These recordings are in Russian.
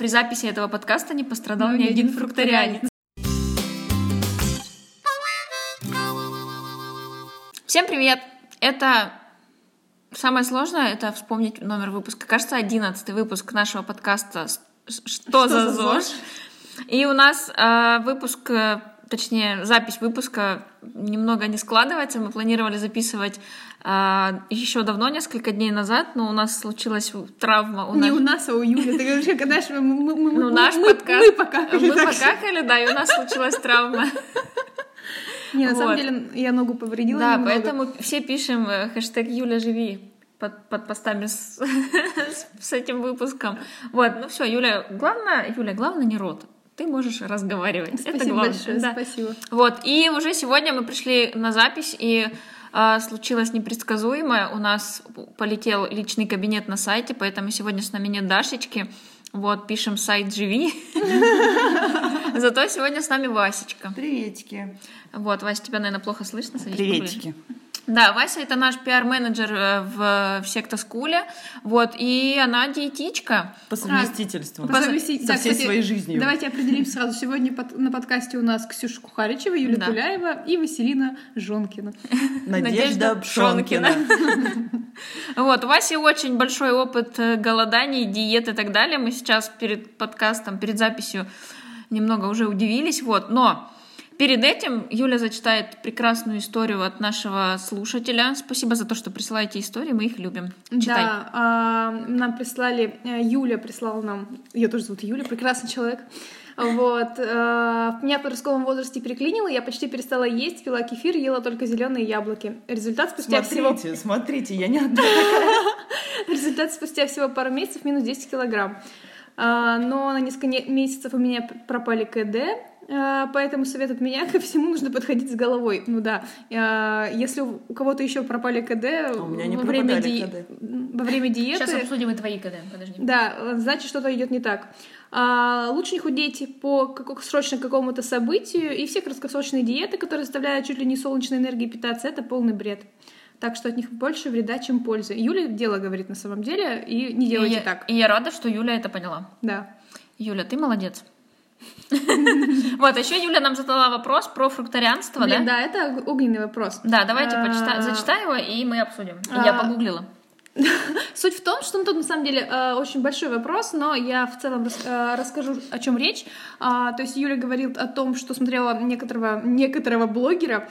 при записи этого подкаста не пострадал ни один фрукторианец. Всем привет! Это самое сложное, это вспомнить номер выпуска. Кажется, 11-й выпуск нашего подкаста «Что за ЗОЖ?». И у нас выпуск, точнее, запись выпуска немного не складывается. Мы планировали записывать еще давно, несколько дней назад, но у нас случилась травма. Не у нас, а у Юли. Ты говоришь, когда же наш подкаст. Мы покакали, да, и у нас случилась травма. Не, на самом деле я ногу повредила. Да, немного. Поэтому все пишем хэштег «Юля, живи» под постами с этим выпуском. Вот, ну все, Юля, главное не рот. Ты можешь разговаривать. Спасибо это главное. большое, да. Спасибо. Вот, и уже сегодня мы пришли на запись, и случилось непредсказуемое. У нас полетел личный кабинет на сайте, поэтому сегодня с нами нет Дашечки. Вот, пишем сайт «Живи». Зато сегодня с нами Васечка. Приветики. Вот, Вася, тебя, наверное, плохо слышно. Приветики. Да, Вася — это наш пиар-менеджер в Сектоскуле, вот, и она диетичка. По совместительству. Со всей своей жизнью. Давайте определим сразу. Сегодня на подкасте у нас Ксюша Кухаричева, Юлия Гуляева и Василина Жонкина. Надежда Пшонкина. Вот, у Васи очень большой опыт голоданий, диет и так далее. Мы сейчас перед подкастом, перед записью немного уже удивились, вот, но... Перед этим Юля зачитает прекрасную историю от нашего слушателя. Спасибо за то, что присылаете истории, мы их любим. Читай. Да, нам прислали, Юля прислала нам, ее тоже зовут Юля, прекрасный человек. Вот, меня в подростковом возрасте переклинило, я почти перестала есть, пила кефир, ела только зеленые яблоки. Результат спустя Смотрите, я не одна такая. Результат спустя всего пару месяцев минус 10 килограмм. Но на несколько месяцев у меня пропали КД. Поэтому совет от меня: ко всему нужно подходить с головой. Ну да, если у кого-то еще пропали КД во время диеты... Сейчас обсудим и твои КД, подожди. Да, значит, что-то идет не так. Лучше не худеть по срочно какому-то событию, и все краткосрочные диеты, которые заставляют чуть ли не солнечной энергией питаться, это полный бред. Так что от них больше вреда, чем пользы. Юля дело говорит на самом деле, и не делайте так. И я рада, что Юля это поняла. Да. Юля, ты молодец. Вот, еще Юля нам задала вопрос про фрукторианство, да? Да, это огненный вопрос. Да, давайте зачитай его, и мы обсудим. Я погуглила. Суть в том, что тут на самом деле очень большой вопрос, но я в целом расскажу, о чем речь. То есть Юля говорит о том, что смотрела некоторого блогера,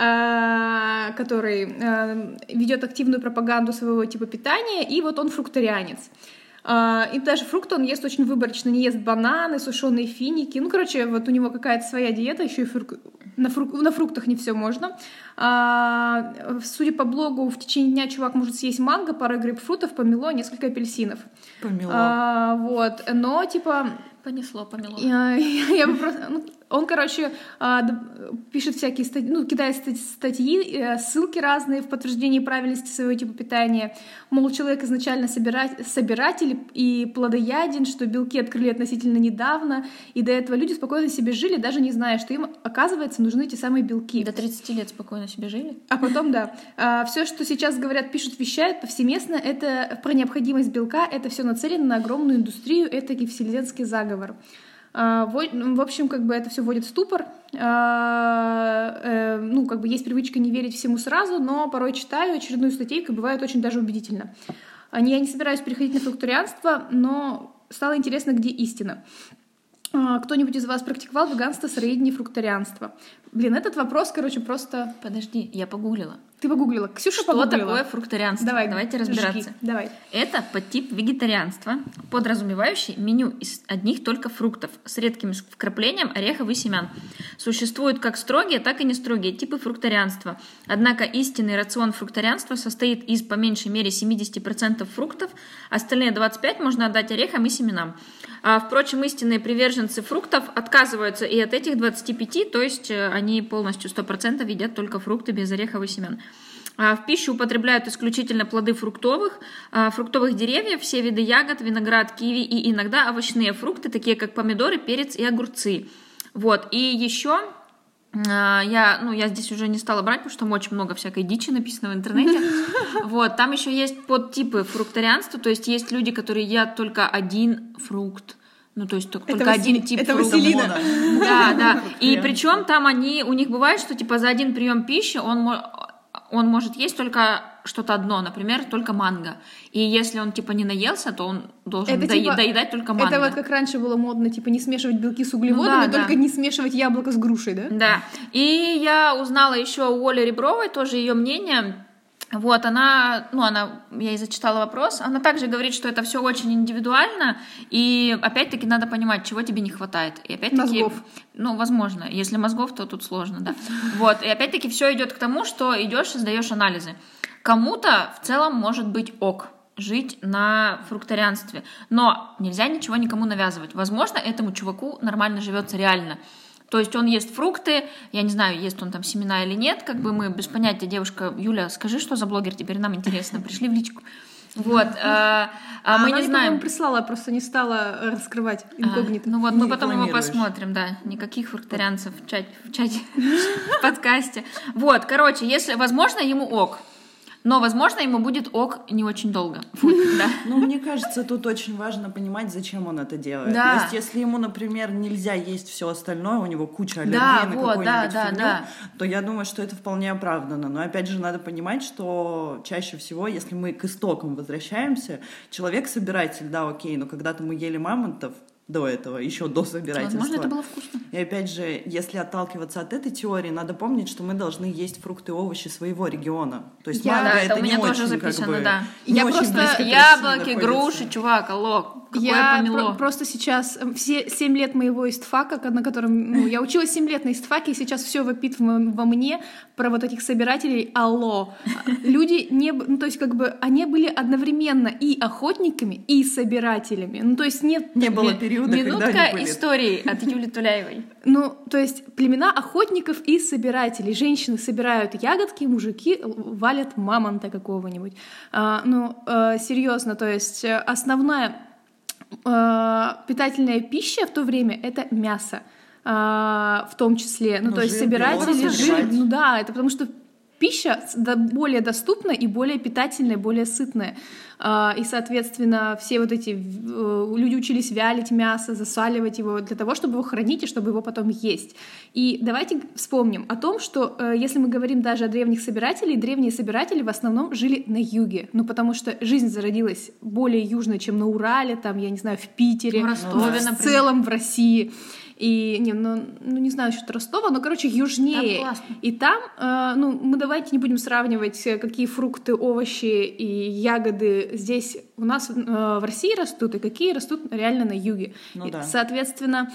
который ведет активную пропаганду своего типа питания, и вот он фрукторианец. И даже фрукты он ест очень выборочно, не ест бананы, сушеные финики. Ну, короче, вот у него какая-то своя диета, еще и на фруктах не все можно. Судя по блогу, в течение дня чувак может съесть манго, пару грейпфрутов, помело, несколько апельсинов. Помело. Вот, но типа... Помело. Я бы просто... Он, короче, пишет всякие статьи, кидает статьи, ссылки разные в подтверждении правильности своего типа питания. Мол, человек изначально собиратель и плодояден, что белки открыли относительно недавно, и до этого люди спокойно себе жили, даже не зная, что им, оказывается, нужны те самые белки. До 30 лет спокойно себе жили. А потом, да. Все, что сейчас говорят, пишут, вещают повсеместно, это про необходимость белка, это все нацелено на огромную индустрию, это вселенский заговор. В общем, как бы это все вводит в ступор. Как бы есть привычка не верить всему сразу, но порой читаю очередную статейку, и бывает очень даже убедительно. Я не собираюсь переходить на фрукторианство, но стало интересно, где истина. Кто-нибудь из вас практиковал веганство, сыроедение, фрукторианство? Блин, этот вопрос, короче, просто... Подожди, я погуглила. Ты погуглила. Ксюша что погуглила. Что такое фрукторианство? Давайте разбираться. Давай. Это подтип вегетарианства, подразумевающий меню из одних только фруктов с редким вкраплением орехов и семян. Существуют как строгие, так и не строгие типы фрукторианства. Однако истинный рацион фрукторианства состоит из по меньшей мере 70% фруктов, остальные 25% можно отдать орехам и семенам. Впрочем, истинные приверженцы фруктов отказываются и от этих 25%, то есть они полностью 100% едят только фрукты без орехов и семян. В пищу употребляют исключительно плоды фруктовых деревьев, все виды ягод, виноград, киви и иногда овощные фрукты, такие как помидоры, перец и огурцы. Вот. И еще я здесь уже не стала брать, потому что там очень много всякой дичи написано в интернете. Вот. Там еще есть подтипы фрукторианства, то есть есть люди, которые едят только один фрукт. Ну, то есть только один тип это фруктов. Василина. Да. И причем там у них бывает, что типа за один прием пищи он может есть только что-то одно, например, только манго. И если он типа не наелся, то он должен доедать только манго. Это вот как раньше было модно, типа не смешивать белки с углеводами, только не смешивать яблоко с грушей, да? Да. И я узнала еще у Оли Ребровой тоже ее мнение. Вот, я ей зачитала вопрос, она также говорит, что это все очень индивидуально, и опять-таки надо понимать, чего тебе не хватает. И опять-таки, мозгов. Ну, возможно, если мозгов, то тут сложно, да. Вот, и опять-таки все идет к тому, что идешь и сдаешь анализы. Кому-то в целом может быть ок жить на фрукторианстве, но нельзя ничего никому навязывать. Возможно, этому чуваку нормально живется реально. То есть он ест фрукты, я не знаю, ест он там семена или нет, как бы мы без понятия. Девушка, Юля, скажи, что за блогер, теперь нам интересно, пришли в личку. Вот, мы не знаем. Она прислала, просто не стала раскрывать инкогнито. Ну вот, мы потом его посмотрим, да, никаких фрукторианцев в чате, в подкасте. Вот, короче, если, возможно, ему ок. Но, возможно, ему будет ок не очень долго. Да. Ну, мне кажется, тут очень важно понимать, зачем он это делает. Да. То есть, если ему, например, нельзя есть все остальное, у него куча аллергий на какую-нибудь фигню, то я думаю, что это вполне оправдано. Но, опять же, надо понимать, что чаще всего, если мы к истокам возвращаемся, человек-собиратель, да, окей, но когда-то мы ели мамонтов, до этого, еще до собирательства. Возможно, это было вкусно. И опять же, если отталкиваться от этой теории, надо помнить, что мы должны есть фрукты и овощи своего региона. То есть манго это у меня не тоже очень, записано, как бы, да. не Я очень просто близко к яблоки, России груши, находится. чувак, алло. Я просто сейчас, все 7 лет моего истфака, на котором, я училась 7 лет на истфаке, и сейчас все вопит во мне про вот этих собирателей, алло. Люди то есть как бы они были одновременно и охотниками, и собирателями. Ну, то есть нет... Не было периода, Минутка когда они были. истории от Юли Туляевой. Ну, то есть племена охотников и собирателей. Женщины собирают ягодки, мужики валят мамонта какого-нибудь. Серьезно, то есть основная питательная пища в то время — это мясо, в том числе. Ну, то есть жир, собиратели, белок жир. собирать. Ну да, это потому что пища более доступна и более питательная, более сытная. И, соответственно, все вот эти люди учились вялить мясо, засаливать его для того, чтобы его хранить и чтобы его потом есть. И давайте вспомним о том, что если мы говорим даже о древних собирателях, древние собиратели в основном жили на юге, потому что жизнь зародилась более южно, чем на Урале, там, я не знаю, в Питере, в Ростове, в например. целом в России. И, не знаю насчет Ростова, но, короче, южнее. Там классно. И там, мы давайте не будем сравнивать, какие фрукты, овощи и ягоды здесь у нас в России растут, и какие растут реально на юге. Да. Соответственно,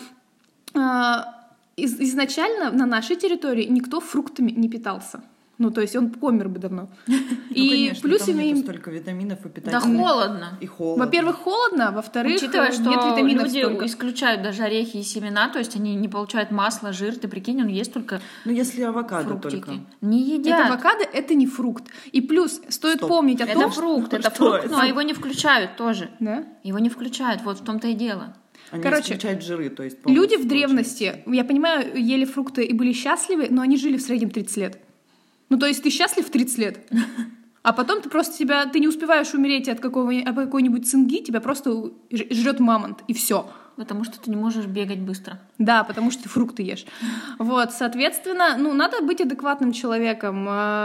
изначально на нашей территории никто фруктами не питался. Ну, то есть он помер бы давно. И конечно, плюс там нету столько витаминов и питания. Да холодно. И холодно. Во-первых, холодно, во-вторых, Учитывая, что нет витаминов люди столько. исключают даже орехи и семена, то есть они не получают масло, жир, ты прикинь, он ест только если авокадо фруктики. только. Не едят. Это авокадо — это не фрукт. И плюс стоит помнить о том, Это фрукт, Что это? но его не включают тоже. Да? Его не включают, вот в том-то и дело. Они Короче, исключают жиры, то есть люди полностью в древности, я понимаю, ели фрукты и были счастливы, но они жили в среднем 30 лет. Ну, то есть ты счастлив в 30 лет, а потом ты не успеваешь умереть от какой-нибудь цинги, тебя просто жрет мамонт, и все. Потому что ты не можешь бегать быстро. Да, потому что ты фрукты ешь. Вот, соответственно, надо быть адекватным человеком,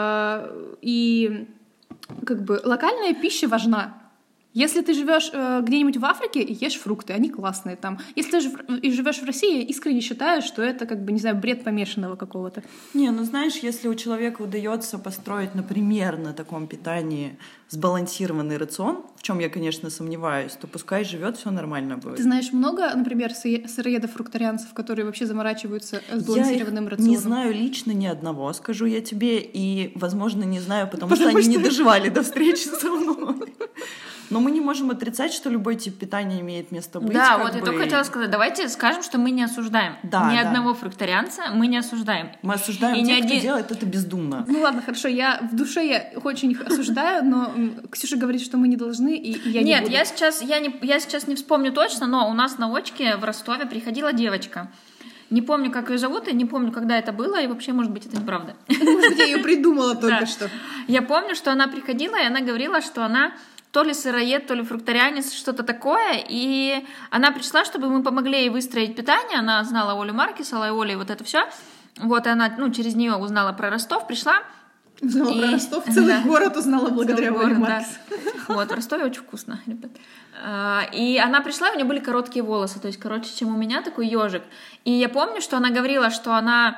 и как бы локальная пища важна. Если ты живешь где-нибудь в Африке, ешь фрукты, они классные там. Если ты живешь в России, я искренне считаю, что это, как бы, не знаю, бред помешанного какого-то. Знаешь, если у человека удается построить, например, на таком питании сбалансированный рацион, в чем я, конечно, сомневаюсь, то пускай живет, все нормально будет. Ты знаешь много, например, сыроедов-фрукторианцев, которые вообще заморачиваются сбалансированным рационом? Не знаю лично ни одного, скажу я тебе, и, возможно, не знаю, потому что они не доживали до встречи со мной. Но мы не можем отрицать, что любой тип питания имеет место быть. Да, вот я только хотела сказать, давайте скажем, что мы не осуждаем. Ни одного фрукторианца мы не осуждаем. Мы осуждаем тех, кто делает это бездумно. Ну ладно, хорошо, в душе я очень их осуждаю, но Ксюша говорит, что мы не должны, и я не буду. Нет, я сейчас не вспомню точно, но у нас на очке в Ростове приходила девочка. Не помню, как ее зовут, и не помню, когда это было, и вообще, может быть, это неправда. Может быть, я ее придумала только что. Я помню, что она приходила, и она говорила, что она то ли сыроед, то ли фруктарианец, что-то такое, и она пришла, чтобы мы помогли ей выстроить питание, она знала Олю Маркес, Оля и вот это все, вот, и она, через нее узнала про Ростов, пришла. Узнала про Ростов, целый город узнала благодаря Оле Маркес. Да. Вот, в Ростове очень вкусно, ребят. И она пришла, у нее были короткие волосы, то есть короче, чем у меня, такой ежик. И я помню, что она говорила, что она,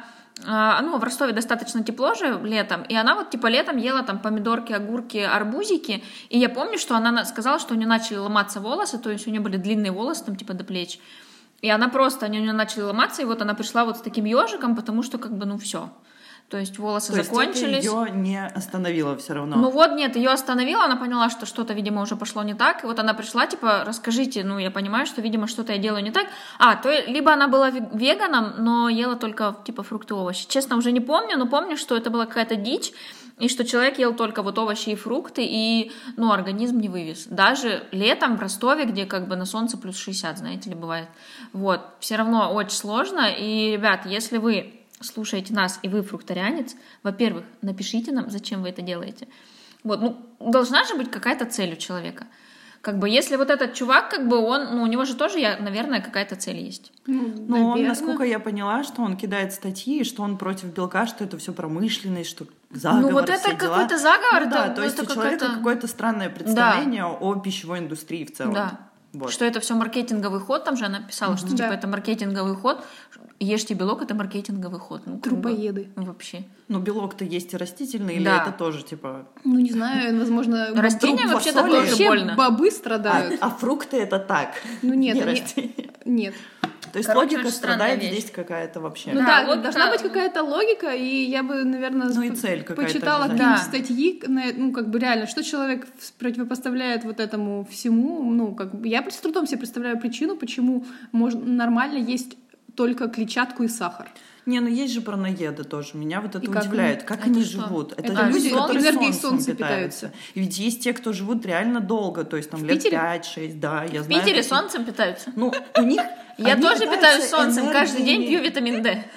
в Ростове достаточно тепло же летом, и она вот типа летом ела там помидорки, огурки, арбузики, и я помню, что она сказала, что у нее начали ломаться волосы, то есть у нее были длинные волосы там типа до плеч, и она просто, они у нее начали ломаться, и вот она пришла вот с таким ежиком, потому что как бы, все. То есть волосы закончились. То есть это ее не остановило все равно? Ну вот, нет, ее остановило, она поняла, что что-то, видимо, уже пошло не так, и вот она пришла, типа, расскажите, я понимаю, что, видимо, что-то я делаю не так. Либо она была веганом, но ела только, типа, фрукты и овощи. Честно, уже не помню, но помню, что это была какая-то дичь, и что человек ел только вот овощи и фрукты, и, организм не вывез. Даже летом в Ростове, где как бы на солнце плюс 60, знаете ли, бывает. Вот, все равно очень сложно, и, ребят, если вы слушаете нас, и вы фруктарианец, во-первых, напишите нам, зачем вы это делаете. Вот, должна же быть какая-то цель у человека. Как бы, если вот этот чувак, как бы он, у него же тоже, наверное, какая-то цель есть. Он, насколько я поняла, что он кидает статьи, что он против белка, что это все промышленность, что заговор, вот это какой-то заговор. Да, то есть у человека какое-то странное представление о пищевой индустрии в целом. Да. Вот. Что это все маркетинговый ход, там же она писала, что типа это маркетинговый ход, ешьте белок, это маркетинговый ход. Трупоеды. Вообще. Белок-то есть и растительный, или это тоже типа... не знаю, возможно... Растения вообще-то тоже больно. Бобы страдают. А фрукты это так. Нет, не растения. Нет. То есть логика страдает здесь какая-то вообще. Должна быть какая-то логика, и я бы, наверное, и цель почитала какие-нибудь статьи, реально, что человек противопоставляет вот этому всему, я с трудом себе представляю причину, почему нормально есть только клетчатку и сахар. Есть же параноеды тоже. Меня вот это удивляет. Как они живут? Это люди, которые солнцем питаются. И ведь есть те, кто живут реально долго, то есть там лет 5-6, да, я знаю. В Питере солнцем питаются? У них... Я тоже питаюсь солнцем, каждый день пью витамин D.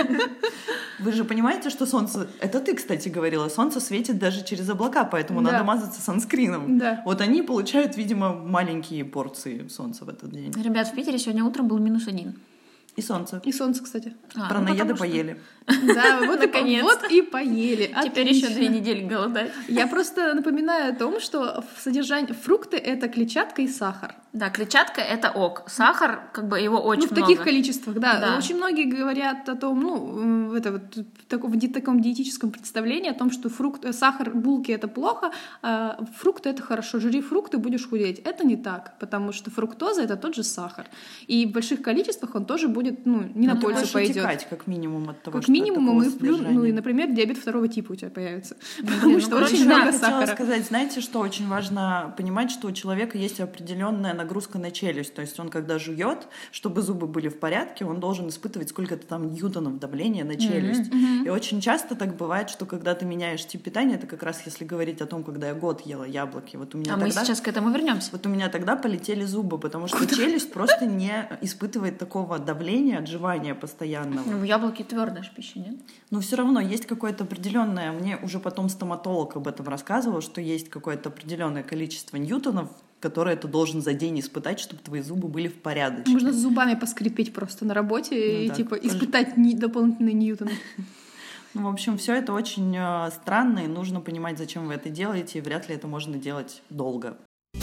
Вы же понимаете, что солнце... Это ты, кстати, говорила. Солнце светит даже через облака, поэтому надо мазаться санскрином. Да. Вот они получают, видимо, маленькие порции солнца в этот день. Ребят, в Питере сегодня утром был -1. И солнце. И солнце, кстати. Параноеды поели. Да, вот и поели. Теперь еще 2 недели голодать. Я просто напоминаю о том, что в содержании фрукты — это клетчатка и сахар. Да, клетчатка — это ок. Сахар, как бы его очень много. В таких количествах, да. Очень многие говорят о том, в таком диетическом представлении о том, что сахар, булки — это плохо, а фрукты — это хорошо. Жри фрукты, будешь худеть. Это не так, потому что фруктоза — это тот же сахар. И в больших количествах он тоже будет, не на пользу пойдет. Утекать, как минимум, от того, как минимум, и например, диабет 2 типа у тебя появится. Потому что очень много сахара. Хотела сказать, знаете, что очень важно понимать, что у человека есть определенная нагрузка на челюсть. То есть он, когда жует, чтобы зубы были в порядке, он должен испытывать сколько-то там ньютонов давления на челюсть. И очень часто так бывает, что когда ты меняешь тип питания, это как раз если говорить о том, когда я год ела яблоки. Вот у меня мы сейчас к этому вернемся. Вот у меня тогда полетели зубы, потому что челюсть просто не испытывает такого давления, отживания постоянного. Яблоки твердая же пища, нет? Но все равно есть какое-то определенное, мне уже потом стоматолог об этом рассказывал, что есть какое-то определенное количество ньютонов, которое ты должен за день испытать, чтобы твои зубы были в порядке. Можно с зубами поскрипеть просто на работе и испытать дополнительные ньютоны. В общем, все это очень странно, и нужно понимать, зачем вы это делаете, и вряд ли это можно делать долго.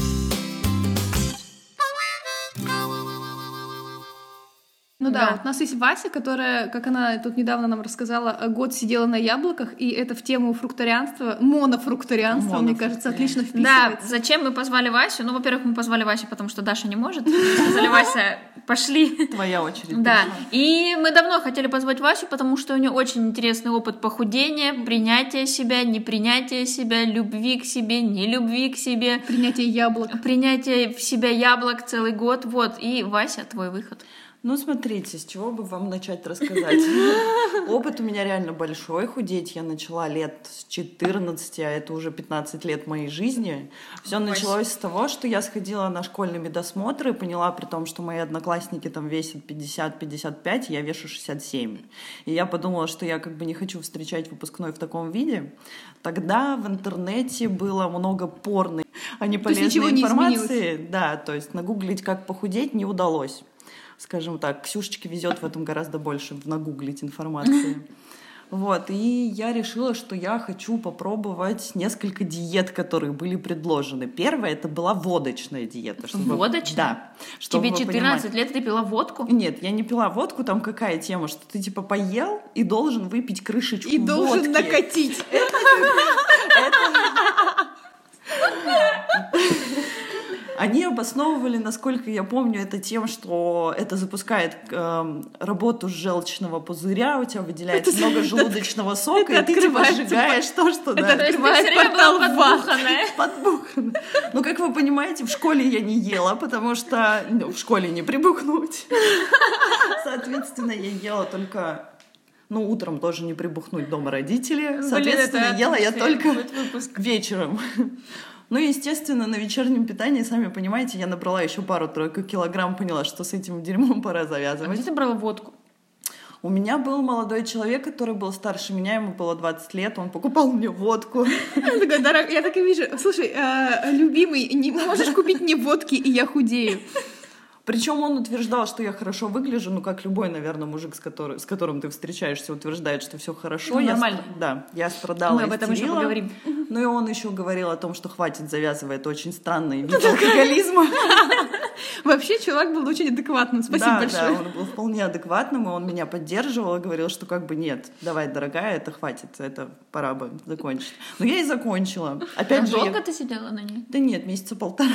Вот у нас есть Вася, которая, как она тут недавно нам рассказала, год сидела на яблоках, и это в тему фрукторианства, монофрукторианства, мне кажется, отлично вписывается. Да, зачем мы позвали Васю? Во-первых, мы позвали Васю, потому что Даша не может. Сказали, Вася, пошли. Твоя очередь. Да, и мы давно хотели позвать Васю, потому что у нее очень интересный опыт похудения, принятия себя, непринятия себя, любви к себе, нелюбви к себе. Принятие яблок. Принятие в себя яблок целый год. Вот, и Вася, твой выход. Ну, смотрите, с чего бы вам начать рассказать? Опыт у меня реально большой. Худеть я начала лет с 14, а это уже 15 лет моей жизни. Все началось с того, что я сходила на школьный медосмотр и поняла, при том, что мои одноклассники там весят 50-55, я вешу 67. И я подумала, что я как бы не хочу встречать выпускной в таком виде. Тогда в интернете было много порно, а не полезной информации. Да, то есть нагуглить, как похудеть, не удалось. Скажем так, Ксюшечке везет в этом гораздо больше, нагуглить информации. Вот, и я решила, что я хочу попробовать несколько диет, которые были предложены. Первая — это была водочная диета. Водочная? Да. Тебе 14 лет, ты пила водку? Нет, я не пила водку, там какая тема, что ты типа поел и должен выпить крышечку водки. И должен накатить. Они обосновывали, насколько я помню, это тем, что это запускает работу желчного пузыря, у тебя выделяется много желудочного сока, и ты типа сжигаешь то, что... Это открывает портал подбуханная. Ну, как вы понимаете, в школе я не ела, потому что в школе не прибухнуть. Соответственно, я ела только... Ну, утром тоже не прибухнуть, дома родители. Соответственно, ела я только вечером. Ну, естественно, на вечернем питании, сами понимаете, я набрала еще пару-тройку килограмм, поняла, что с этим дерьмом пора завязывать. А где ты брала водку? У меня был молодой человек, который был старше меня, ему было 20 лет, он покупал мне водку. Я так и вижу. Слушай, любимый, не можешь купить мне водки, и я худею? Причем он утверждал, что я хорошо выгляжу, ну, как любой, наверное, мужик, с которым ты встречаешься, утверждает, что все хорошо. Нормально. Да, я страдала, мы об этом еще поговорим. Ну, и он еще говорил о том, что хватит, завязывает очень странный вид алкоголизма. Вообще, человек был очень адекватным, спасибо большое. Да, он был вполне адекватным, и он меня поддерживал и говорил, что как бы нет, давай, дорогая, это хватит, это пора бы закончить. Но я и закончила. Опять же, долго ты сидела на ней? Да нет, месяца полтора.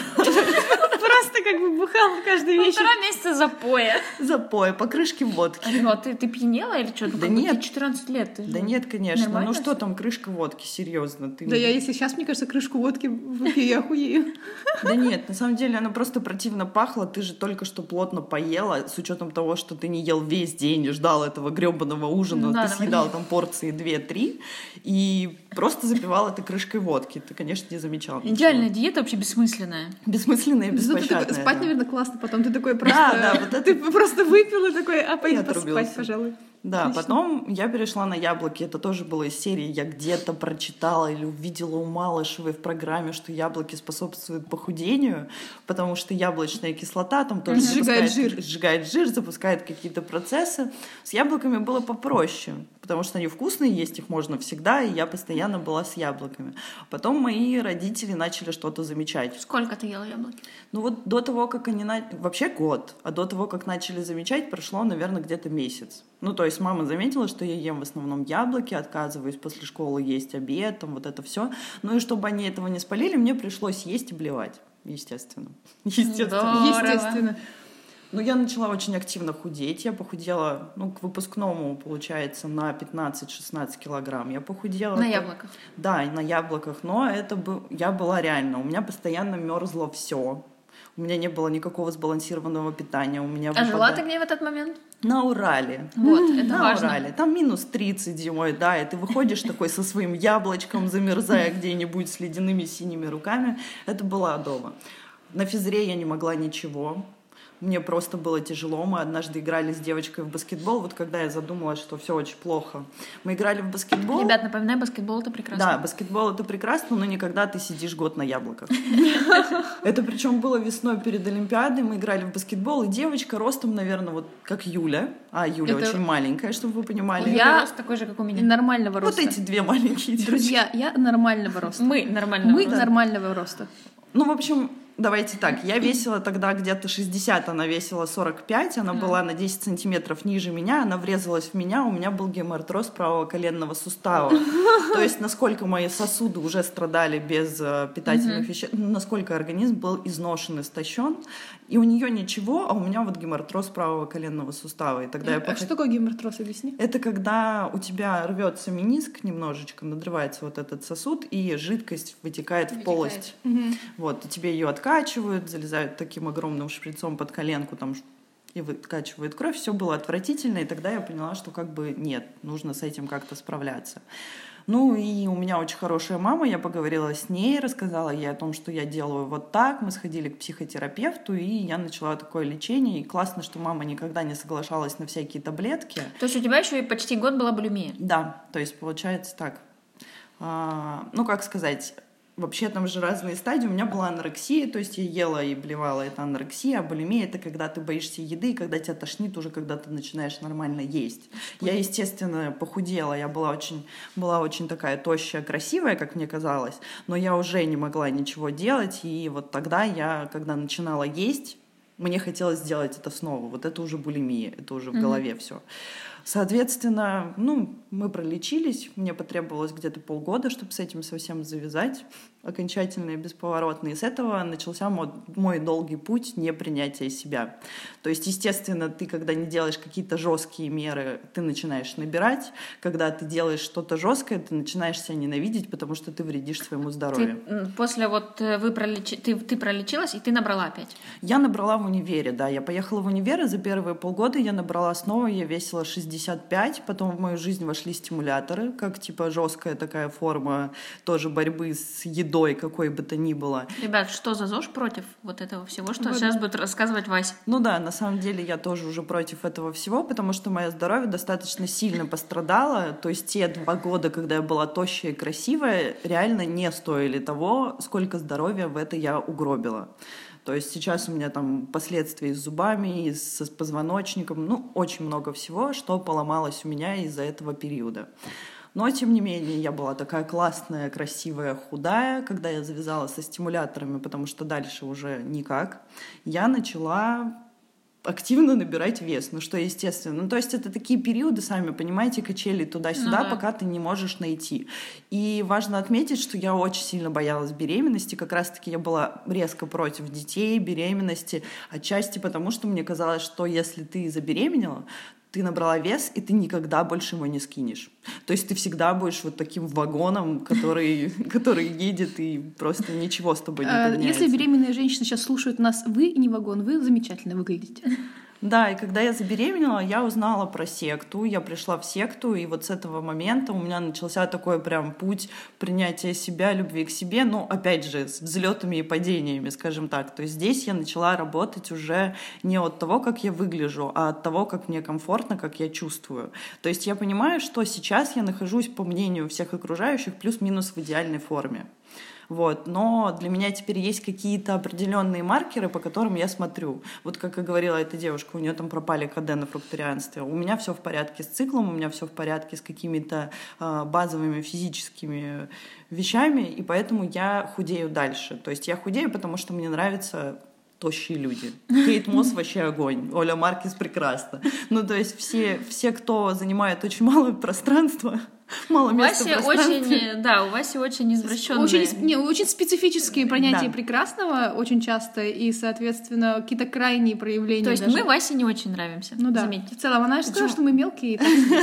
Просто как бы бухала каждый вечер. 1,5 месяца запоя. Запоя, по крышке водки. Ну, а ты пьянела или что? Да нет. Тебе 14 лет. Да нет, конечно. Ну что там, крышка водки, серьезно. Да я, если сейчас, мне кажется, крышку водки выпью, я охуею. Да нет, на самом деле она просто противно пахла. Ты же только что плотно поела, с учетом того, что ты не ел весь день и ждал этого гребаного ужина. Ты съедал там порции 2-3 и просто запивал это крышкой водки. Ты, конечно, не замечал. Идеальная диета вообще бессмысленная. Бессмысленная и беспощадная. Спать, наверное, классно потом. Ты такой просто... Да, вот это... Ты просто выпил и такой, пойди поспать, пожалуй. Да, отлично. Потом я перешла на яблоки. Это тоже было из серии. Я где-то прочитала или увидела у Малышевой в программе, что яблоки способствуют похудению, потому что яблочная кислота там тоже сжигает жир, запускает какие-то процессы. С яблоками было попроще, потому что они вкусные, есть их можно всегда, и я постоянно была с яблоками. Потом мои родители начали что-то замечать. Сколько ты ела яблоки? Ну вот до того, как они... Вообще год. А до того, как начали замечать, прошло, наверное, где-то месяц. Ну, то есть мама заметила, что я ем в основном яблоки, отказываюсь после школы есть обед, там вот это все. Ну и чтобы они этого не спалили, мне пришлось есть и блевать. Естественно. Естественно. Ну, я начала очень активно худеть. Я похудела, к выпускному, получается, на 15-16 килограмм. Я похудела... На яблоках? Да, на яблоках. Но я была реально... У меня постоянно мерзло все. У меня не было никакого сбалансированного питания. Жила ты где в этот момент? На Урале. Вот, это на важно. Урале. Там минус 30 зимой, да, и ты выходишь такой со своим яблочком, замерзая где-нибудь с ледяными синими руками. Это было адово. На физре я не могла ничего. Мне просто было тяжело. Мы однажды играли с девочкой в баскетбол. Вот когда я задумалась, что все очень плохо. Мы играли в баскетбол. Ребят, напоминаю, баскетбол — это прекрасно. Да, баскетбол — это прекрасно, но не когда ты сидишь год на яблоках. Это причем было весной перед Олимпиадой. Мы играли в баскетбол, и девочка ростом, наверное, вот как Юля. А Юля очень маленькая, чтобы вы понимали. Я рост такой же, как у меня. Нормального роста. Вот эти две маленькие девочки. Друзья, я нормального роста. Мы нормального роста. Ну, в общем, давайте так. Я весила тогда где-то 60, она весила 45, она была на 10 сантиметров ниже меня, она врезалась в меня, у меня был гемоартроз правого коленного сустава. То есть насколько мои сосуды уже страдали без питательных веществ, насколько организм был изношен, истощен, и у нее ничего, а у меня вот гемоартроз правого коленного сустава. И тогда что такое гемоартроз, объясни? Это когда у тебя рвется мениск немножечко, надрывается вот этот сосуд, и жидкость вытекает в полость. Вот, и тебе ее откачивают, залезают таким огромным шприцом под коленку, там и выкачивают кровь, все было отвратительно, и тогда я поняла, что как бы нет, нужно с этим как-то справляться. Ну и у меня очень хорошая мама, я поговорила с ней, рассказала ей о том, что я делаю вот так, мы сходили к психотерапевту, и я начала такое лечение, и классно, что мама никогда не соглашалась на всякие таблетки. То есть у тебя еще и почти год была булимия? Да, то есть получается так. Ну, как сказать... Вообще там же разные стадии. У меня была анорексия, то есть я ела и блевала, это анорексия, а булимия — это когда ты боишься еды, когда тебя тошнит уже, когда ты начинаешь нормально есть. Я, естественно, похудела, я была очень такая тощая, красивая, как мне казалось, но я уже не могла ничего делать, и вот тогда я, когда начинала есть, мне хотелось сделать это снова. Вот это уже булимия, это уже в голове все. Соответственно, мы пролечились, мне потребовалось где-то полгода, чтобы с этим совсем завязать, окончательно и бесповоротно. И с этого начался мой долгий путь непринятия себя. То есть, естественно, ты, когда не делаешь какие-то жесткие меры, ты начинаешь набирать. Когда ты делаешь что-то жесткое, ты начинаешь себя ненавидеть, потому что ты вредишь своему здоровью. Ты пролечилась, и ты набрала опять? Я набрала в универе, да. Я поехала в универ, и за первые полгода я набрала снова, я весила 65, потом в мою жизнь вошли стимуляторы, как типа жесткая такая форма тоже борьбы с едой, какой бы то ни было. Ребят, что за ЗОЖ против вот этого всего, что сейчас будет рассказывать Вася? Ну да, на самом деле я тоже уже против этого всего, потому что мое здоровье достаточно сильно пострадало, то есть те 2 года, когда я была тощая и красивая, реально не стоили того, сколько здоровья в это я угробила. То есть сейчас у меня там последствия с зубами, и с позвоночником, очень много всего, что поломалось у меня из-за этого периода. Но, тем не менее, я была такая классная, красивая, худая, когда я завязала со стимуляторами, потому что дальше уже никак. Я начала активно набирать вес, что естественно. То есть это такие периоды, сами понимаете, качели туда-сюда, пока ты не можешь найти. И важно отметить, что я очень сильно боялась беременности, как раз-таки я была резко против детей, беременности, отчасти потому, что мне казалось, что если ты забеременела, ты набрала вес, и ты никогда больше его не скинешь. То есть ты всегда будешь вот таким вагоном, который едет, и просто ничего с тобой не поменяется. Если беременные женщины сейчас слушают нас, вы не вагон, вы замечательно выглядите. Да, и когда я забеременела, я узнала про секту, я пришла в секту, и вот с этого момента у меня начался такой прям путь принятия себя, любви к себе, опять же, с взлетами и падениями, скажем так. То есть здесь я начала работать уже не от того, как я выгляжу, а от того, как мне комфортно, как я чувствую. То есть я понимаю, что сейчас я нахожусь, по мнению всех окружающих, плюс-минус в идеальной форме. Но для меня теперь есть какие-то определенные маркеры, по которым я смотрю. Вот как и говорила эта девушка, у нее там пропали КД на фрукторианстве. У меня все в порядке с циклом, у меня все в порядке с какими-то базовыми физическими вещами, и поэтому я худею дальше. То есть я худею, потому что мне нравится тощие люди. Кейт Мосс вообще огонь. Оля Маркес прекрасно. То есть все, кто занимает очень малое пространство, мало места в пространстве. У Васи очень извращенные. Очень специфические понятия прекрасного очень часто, и, соответственно, какие-то крайние проявления. То есть мы Васе не очень нравимся. Заметьте. В целом, она же сказала, что мы мелкие.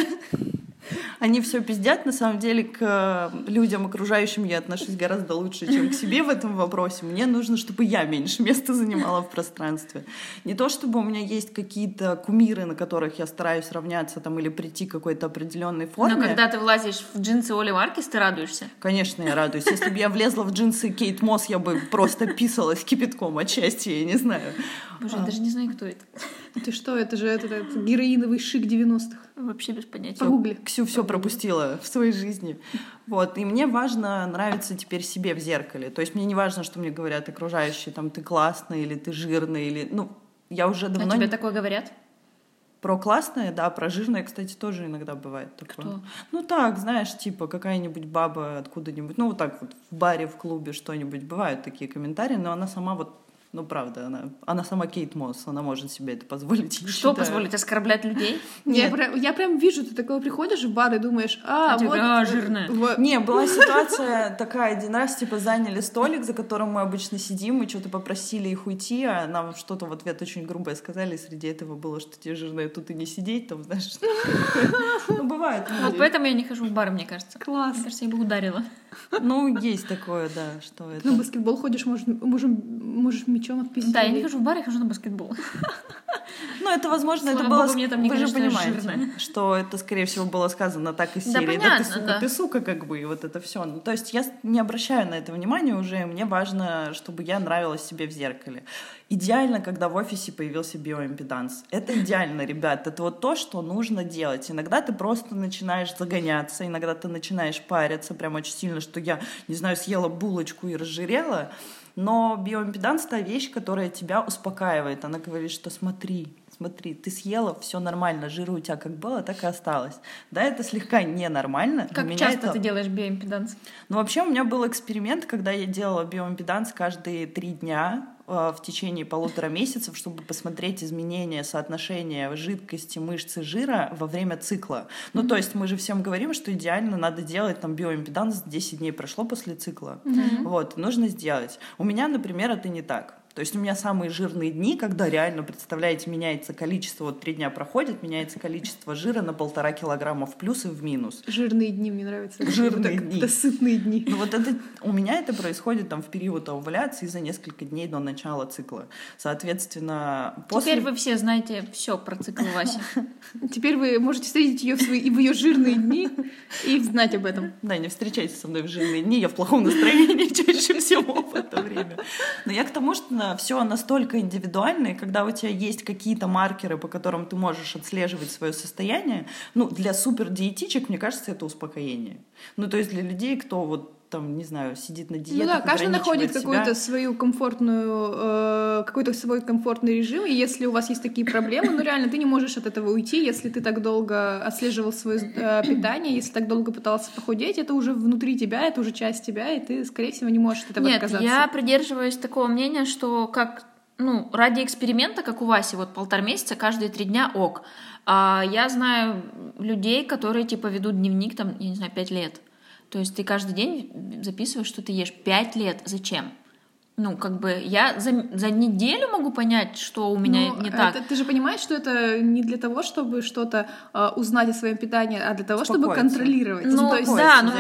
Они все пиздят, на самом деле, к людям окружающим я отношусь гораздо лучше, чем к себе в этом вопросе. Мне нужно, чтобы я меньше места занимала в пространстве. Не то, чтобы у меня есть какие-то кумиры, на которых я стараюсь равняться или прийти к какой-то определенной форме. Но когда ты влазишь в джинсы Оли Маркес, ты радуешься? Конечно, я радуюсь. Если бы я влезла в джинсы Кейт Мосс, я бы просто писалась кипятком от счастья, я не знаю. Боже, я даже не знаю, кто это. Ты что, это же этот героиновый шик 90-х. Вообще без понятия. Погугли. Ксю все пропустила в своей жизни. И мне важно нравиться теперь себе в зеркале. То есть мне не важно, что мне говорят окружающие, ты классный или ты жирный, или... я уже давно... А тебе такое говорят? Про классное, да, про жирное, кстати, тоже иногда бывает такое. Кто? Так, знаешь, какая-нибудь баба откуда-нибудь, в баре, в клубе что-нибудь, бывают такие комментарии, но она сама правда, она сама Кейт Мосс, она может себе это позволить. Что позволить? Оскорблять людей? Нет. Я прям вижу, ты такого приходишь в бар и думаешь, жирная. Не, была ситуация такая, один раз, заняли столик, за которым мы обычно сидим, мы что-то попросили их уйти, а нам что-то в ответ очень грубое сказали, и среди этого было, что тебе жирная тут и не сидеть, знаешь, бывает. Поэтому я не хожу в бары, мне кажется. Класс. Мне кажется, я бы ударила. Есть такое, да, что это. На баскетбол ходишь, можешь мячом отпиздить. Да, я не хожу в бар, я хожу на баскетбол. Ну, это, возможно, это было... Вы же понимаете, что это, скорее всего, было сказано так из серии. Да, ты сука, как бы, и вот это все. Ну, то есть я не обращаю на это внимания уже, мне важно, чтобы я нравилась себе в зеркале. Идеально, когда в офисе появился биоимпеданс. Это идеально, ребят. Это вот то, что нужно делать. Иногда ты просто начинаешь загоняться, иногда ты начинаешь париться прям очень сильно, что я, не знаю, съела булочку и разжирела. Но биоимпеданс — та вещь, которая тебя успокаивает. Она говорит, что смотри, ты съела, все нормально, жира у тебя как было, так и осталось. Да, это слегка ненормально. Как часто ты делаешь биоимпеданс? Ну, вообще, у меня был эксперимент, когда я делала биоимпеданс каждые 3 дня в течение 1,5 месяцев, чтобы посмотреть изменения соотношения жидкости, мышц и жира во время цикла. Ну, то есть мы же всем говорим, что идеально надо делать там биоимпеданс, 10 дней прошло после цикла. Вот, нужно сделать. У меня, например, это не так. То есть у меня самые жирные дни, когда реально, представляете, меняется количество, вот 3 дня проходит, меняется количество жира на 1,5 килограмма в плюс и в минус. Жирные дни мне нравятся. Жирные дни. Это сытные дни. Ну вот это, у меня это происходит там в период овуляции за несколько дней до начала цикла. Соответственно, Теперь вы все знаете все про цикл Васи. Теперь вы можете встретить ее в ее жирные дни и знать об этом. Да, не встречайтесь со мной в жирные дни, я в плохом настроении чаще всего в это время. Но я к тому, что все настолько индивидуально, и когда у тебя есть какие-то маркеры, по которым ты можешь отслеживать свое состояние, ну, для супердиетичек, мне кажется, это успокоение. Ну, то есть для людей, кто вот там, не знаю, сидит на диетах, ну да, каждый находит какую-то свою комфортную, какой-то свой комфортный режим, и если у вас есть такие проблемы, ну реально, ты не можешь от этого уйти, если ты так долго отслеживал свое питание, если так долго пытался похудеть, это уже внутри тебя, это уже часть тебя, и ты, скорее всего, не можешь от этого отказаться. Нет, я придерживаюсь такого мнения, что как, ну, ради эксперимента, как у Васи, вот 1,5 месяца, каждые 3 дня ок. А я знаю людей, которые, типа, ведут дневник, там, я не знаю, 5 лет. То есть ты каждый день записываешь, что ты ешь. 5 лет. Зачем? Ну, как бы я за неделю могу понять, что у меня не так. Ты же понимаешь, что это не для того, чтобы что-то узнать о своем питании, а для того, чтобы контролировать. Ну, то есть, да, но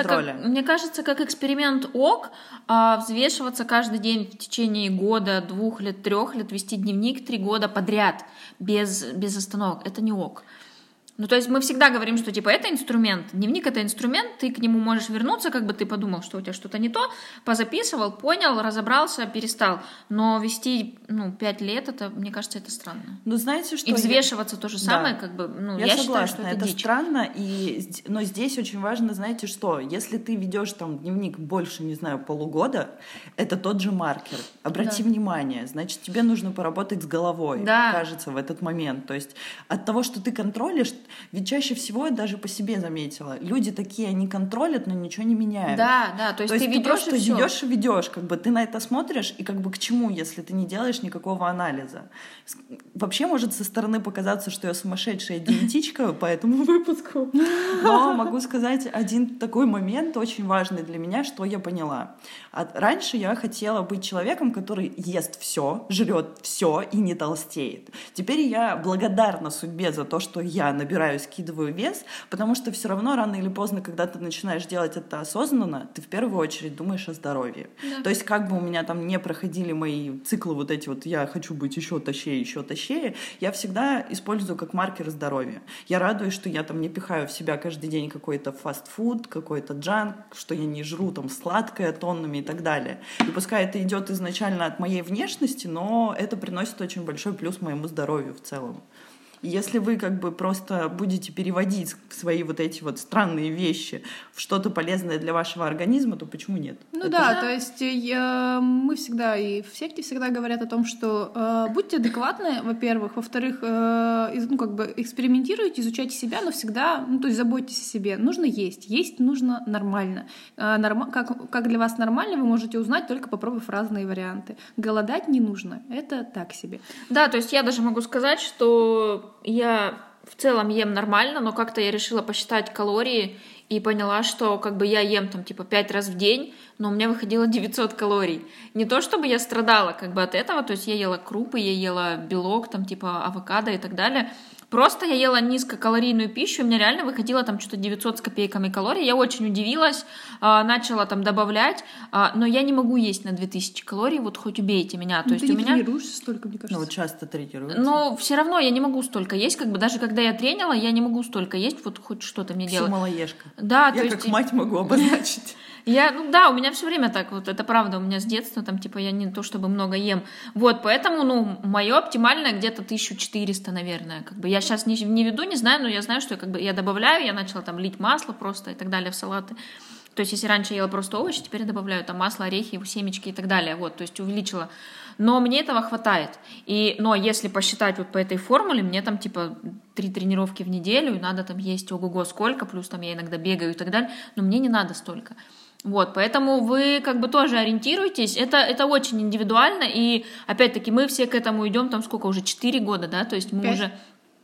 мне кажется, как эксперимент ок, взвешиваться каждый день в течение года, 2 лет, 3 лет, вести дневник 3 года подряд, без остановок. Это не ок. Ну, то есть мы всегда говорим, что, типа, это инструмент, дневник — это инструмент, ты к нему можешь вернуться, как бы ты подумал, что у тебя что-то не то, позаписывал, понял, разобрался, перестал. Но вести, 5 лет, это, мне кажется, это странно. Ну, знаете, что... И взвешиваться то же самое, как бы, я согласна, считаю, что это дичь. Странно, но здесь очень важно, знаете что, если ты ведешь там дневник больше, не знаю, полугода, это тот же маркер. Обрати внимание, значит, тебе нужно поработать с головой, кажется, в этот момент. То есть от того, что ты контролишь, ведь чаще всего, я даже по себе заметила, люди такие, они контролят, но ничего не меняют. Да, то есть ты просто ведешь и ведешь, как бы ты на это смотришь, и как бы к чему, если ты не делаешь никакого анализа. Вообще может со стороны показаться, что я сумасшедшая диетичка по этому выпуску, но могу сказать один такой момент очень важный для меня, что я поняла. Раньше я хотела быть человеком, который ест все, жрет все и не толстеет. Теперь я благодарна судьбе за то, что я набираю, скидываю вес, потому что все равно рано или поздно, когда ты начинаешь делать это осознанно, ты в первую очередь думаешь о здоровье. Да. То есть как бы у меня там не проходили мои циклы вот эти вот «я хочу быть еще тощее», я всегда использую как маркер здоровья. Я радуюсь, что я там не пихаю в себя каждый день какой-то фастфуд, какой-то джанк, что я не жру там сладкое тоннами и так далее. И пускай это идет изначально от моей внешности, но это приносит очень большой плюс моему здоровью в целом. Если вы как бы просто будете переводить свои вот эти вот странные вещи в что-то полезное для вашего организма, то почему нет? Ну то есть мы всегда и в секте всегда говорят о том, что будьте адекватны, во-первых, во-вторых, экспериментируйте, изучайте себя, но всегда, то есть заботьтесь о себе. Нужно есть нужно нормально. Как для вас нормально, вы можете узнать, только попробовав разные варианты. Голодать не нужно, это так себе. Да, то есть я даже могу сказать, что я в целом ем нормально, но как-то я решила посчитать калории и поняла, что как бы я ем там типа 5 раз в день, но у меня выходило 900 калорий. Не то чтобы я страдала как бы от этого, то есть я ела крупы, я ела белок, там типа авокадо и так далее. Просто я ела низкокалорийную пищу, у меня реально выходило там что-то 900 с копейками калорий. Я очень удивилась, начала там добавлять, но я не могу есть на 2000 калорий, вот хоть убейте меня. То есть ты у меня... тренируешься столько, мне кажется. Ну, вот часто тренируешься. Но все равно я не могу столько есть, как бы даже когда я тренила, я не могу столько есть, вот хоть что-то мне делать. Все малоежка. Да, я то есть... как мать могу обозначить. Да, у меня все время так, вот это правда, у меня с детства там, типа, я не то чтобы много ем, вот, поэтому, мое оптимальное где-то 1400, наверное, как бы, я сейчас не веду, не знаю, но я знаю, что я добавляю, я начала там лить масло просто и так далее в салаты, то есть, если раньше я ела просто овощи, теперь я добавляю там масло, орехи, семечки и так далее, вот, то есть, увеличила, но мне этого хватает, но если посчитать вот по этой формуле, мне там, типа, 3 тренировки в неделю, и надо там есть ого-го сколько, плюс там я иногда бегаю и так далее, но мне не надо столько. Вот, поэтому вы как бы тоже ориентируйтесь, это очень индивидуально, и опять-таки мы все к этому идем, там сколько уже, 4 года, да, то есть мы 5. уже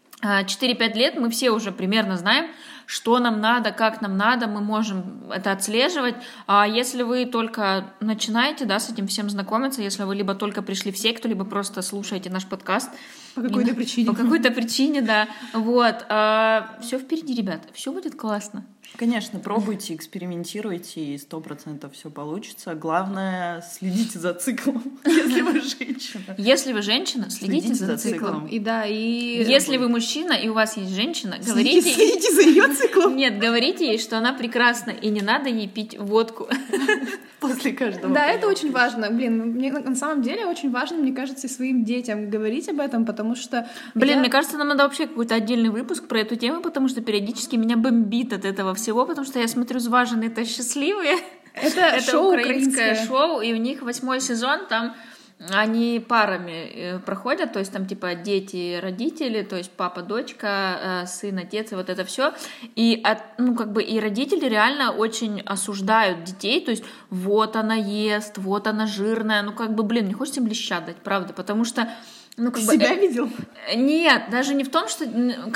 4-5 лет, мы все уже примерно знаем, что нам надо, как нам надо, мы можем это отслеживать, а если вы только начинаете, да, с этим всем знакомиться, если вы либо только пришли в секту, либо просто слушаете наш подкаст. По какой-то причине. По какой-то причине, да, вот, все впереди, ребята, все будет классно. Конечно, пробуйте, экспериментируйте, и 100% все получится. Главное, следите за циклом, если вы женщина. Если вы женщина, следите за циклом. И да, и... Если вы мужчина, и у вас есть женщина, говорите... Следите за ее циклом. Нет, говорите ей, что она прекрасна, и не надо ей пить водку. После каждого. Да, это очень важно. Блин, мне на самом деле очень важно, мне кажется, и своим детям говорить об этом, потому что... Блин, мне кажется, нам надо вообще какой-то отдельный выпуск про эту тему, потому что периодически меня бомбит от этого всего, потому что я смотрю «Зваженные, это счастливые». Это шоу украинское шоу, и у них 8 сезон, там они парами проходят, то есть там типа дети, родители, то есть папа, дочка, сын, отец, и вот это все. И и родители реально очень осуждают детей, то есть вот она ест, вот она жирная, блин, не хочется им леща дать, правда, потому что себя видел? Нет, даже не в том, что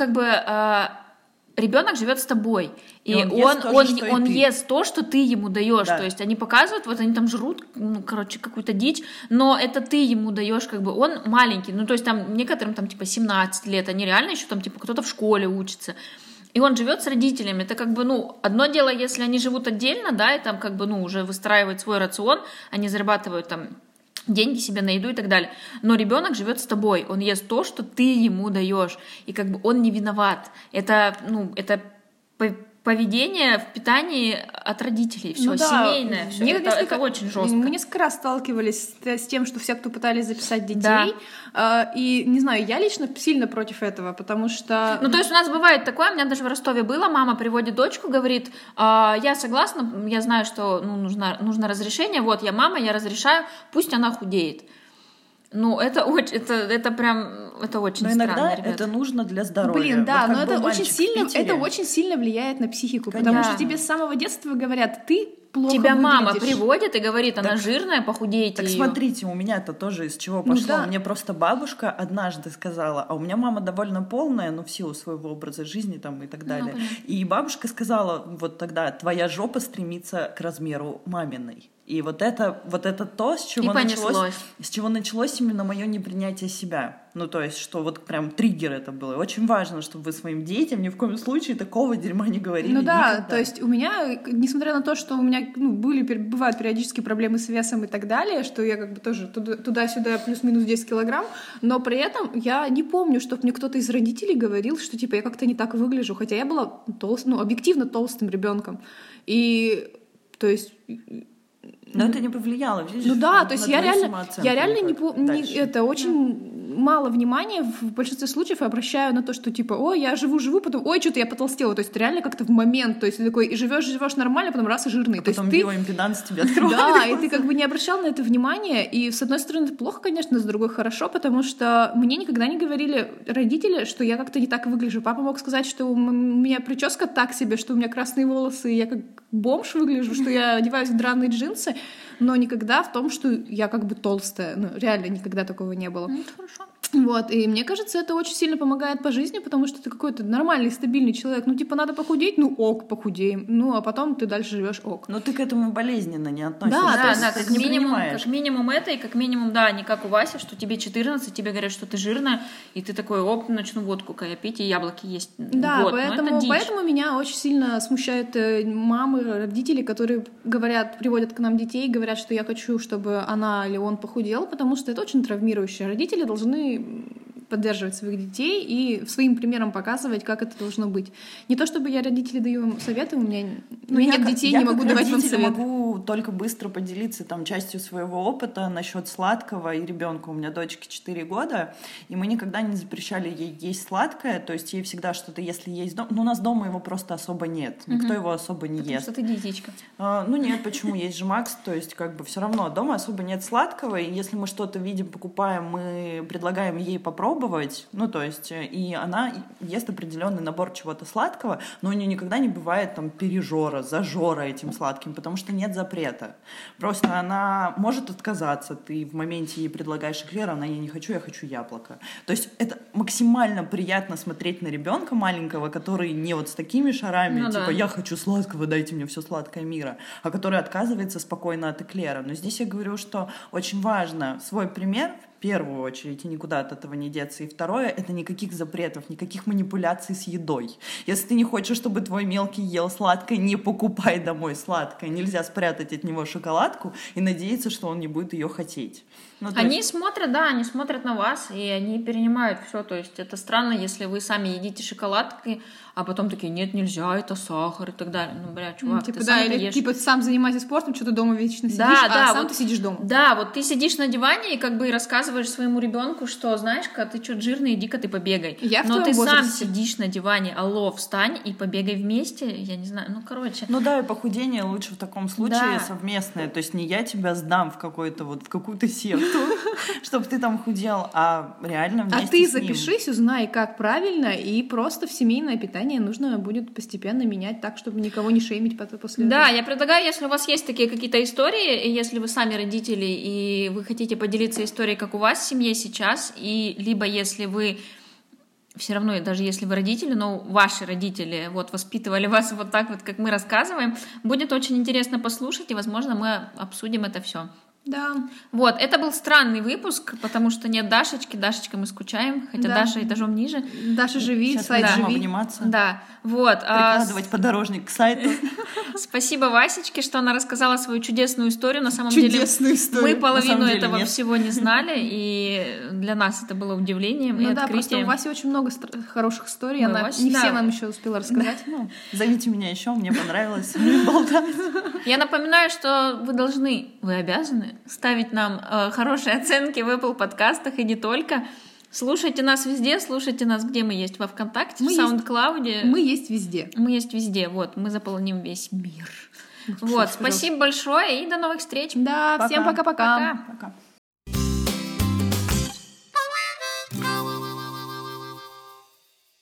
ребенок живет с тобой, и он ест то, что ты ему даешь. Да. То есть они показывают, вот они там жрут, какую-то дичь, но это ты ему даешь, он маленький, то есть там некоторым там типа 17 лет, они реально еще там типа кто-то в школе учится. И он живет с родителями. Это одно дело, если они живут отдельно, да, и там уже выстраивают свой рацион, они зарабатывают там деньги себе на еду и так далее. Но ребенок живет с тобой, он ест то, что ты ему даешь, и он не виноват. Это поведение в питании от родителей, все семейное, все. Это очень жестко. Мы несколько раз сталкивались с тем, что все, кто пытались записать детей, и не знаю, я лично сильно против этого, потому что... то есть у нас бывает такое, у меня даже в Ростове было, мама приводит дочку, говорит, я согласна, я знаю, что нужно разрешение, вот я мама, я разрешаю, пусть она худеет. Это очень но странно, иногда ребята. это нужно для здоровья. Блин, да, но это очень сильно влияет на психику, потому что тебе с самого детства говорят, ты плохо тебя выглядишь. Мама приводит и говорит, она жирная, похудейте Так её. Смотрите, у меня это тоже из чего пошло. Мне просто бабушка однажды сказала, а у меня мама довольно полная, в силу своего образа жизни там и так далее. И бабушка сказала вот тогда, твоя жопа стремится к размеру маминой. И вот это то, с чего началось именно мое непринятие себя. То есть, что вот прям триггер это было. И очень важно, чтобы вы своим детям ни в коем случае такого дерьма не говорили. Никогда. То есть у меня, несмотря на то, что у меня бывают периодически проблемы с весом и так далее, что я тоже туда-сюда плюс-минус 10 килограмм, но при этом я не помню, чтобы мне кто-то из родителей говорил, что типа я как-то не так выгляжу, хотя я была объективно толстым ребенком. И, то есть... Но это не повлияло, видишь? То есть я реально не помню, это очень мало внимания в большинстве случаев обращаю на то, что типа, я живу, потом, что-то я потолстела, то есть реально как-то в момент, то есть ты такой, и живешь нормально, потом раз и жирный. Потом биоимпеданс тебе открывает. Да, и ты не обращал на это внимания, и с одной стороны это плохо, конечно, с другой хорошо, потому что мне никогда не говорили родители, что я как-то не так выгляжу. Папа мог сказать, что у меня прическа так себе, что у меня красные волосы, и я как бомж выгляжу, что я одеваюсь в драные джинсы, но никогда в том, что я толстая. Реально никогда такого не было. Это хорошо. Вот, и мне кажется, это очень сильно помогает по жизни, потому что ты какой-то нормальный, стабильный человек. Ну, типа, надо похудеть, ну, ок, похудеем. Ну, а потом ты дальше живешь ок. Но ты к этому болезненно не относишься. Да, как минимум это, и как минимум, да, не как у Васи, что тебе 14, тебе говорят, что ты жирная, и ты такой, оп, начну водку пить и яблоки есть. Да, поэтому меня очень сильно смущают мамы, родители, которые приводят к нам детей, говорят, что я хочу, чтобы она или он похудел, потому что это очень травмирующе. Родители должны поддерживать своих детей и своим примером показывать, как это должно быть. Не то чтобы я родителей даю вам советы, у меня нет детей, не могу давать вам советы. Я могу только быстро поделиться частью своего опыта насчет сладкого и ребенка. У меня дочке 4 года, и мы никогда не запрещали ей есть сладкое, то есть ей всегда что-то, если есть дома, у нас дома его просто особо нет, никто его особо не ест. Потому что ты диетичка. Нет, почему? Есть же Макс, то есть все равно дома особо нет сладкого, и если мы что-то видим, покупаем, мы предлагаем ей попробовать, и она ест определенный набор чего-то сладкого, но у нее никогда не бывает пережора, зажора этим сладким, потому что нет запрета. Просто она может отказаться, ты в моменте ей предлагаешь эклер, она: я не хочу, я хочу яблоко. То есть это максимально приятно смотреть на ребенка маленького, который не с такими шарами, я хочу сладкого, дайте мне все сладкое мира, а который отказывается спокойно от эклера. Но здесь я говорю, что очень важно свой пример в первую очередь, и никуда от этого не деться. И второе — это никаких запретов, никаких манипуляций с едой. Если ты не хочешь, чтобы твой мелкий ел сладкое, не покупай домой сладкое. Нельзя спрятать от него шоколадку и надеяться, что он не будет ее хотеть. Они смотрят на вас, и они перенимают все. То есть это странно, если вы сами едите шоколадки, а потом такие: нет, нельзя, это сахар и так далее. Чувак, ты сам ешь. Сам занимайся спортом, что-то дома вечно сидишь, а сам ты сидишь дома. Да, ты сидишь на диване и рассказываешь своему ребенку, что, знаешь-ка, ты что-то жирный, иди-ка ты побегай. Но ты сам сидишь на диване, алло, встань и побегай вместе, я не знаю, и похудение лучше в таком случае совместное, то есть не я тебя сдам в какую-то секту, чтобы ты там худел, а реально вместе с ним. А ты запишись, узнай, как правильно, и просто в семейное питание нужно будет постепенно менять так, чтобы никого не шеймить после этого. Да, я предлагаю, если у вас есть такие какие-то истории, и если вы сами родители, и вы хотите поделиться историей, как у вас в семье сейчас, и либо если вы все равно, даже если вы родители, но ваши родители воспитывали вас так как мы рассказываем, будет очень интересно послушать, и, возможно, мы обсудим это все. Да. Это был странный выпуск, потому что нет Дашечки. Дашечка, мы скучаем, хотя Даша этажом ниже. Даша, живи, сайт живи. Обниматься. Да, прикладывать подорожник к сайту. Спасибо Васечке, что она рассказала свою чудесную историю. На самом деле мы половину этого всего не знали, и для нас это было удивлением и открытием. Просто у Васи очень много хороших историй, она не все нам еще успела рассказать. Зовите меня еще, мне понравилось болтать. Я напоминаю, что вы обязаны ставить нам хорошие оценки в Apple подкастах и не только. Слушайте нас везде, слушайте нас, где мы есть, во ВКонтакте, в SoundCloud. Мы есть везде. Мы есть везде, мы заполним весь мир. Спасибо большое и до новых встреч. Да, всем пока-пока. Пока.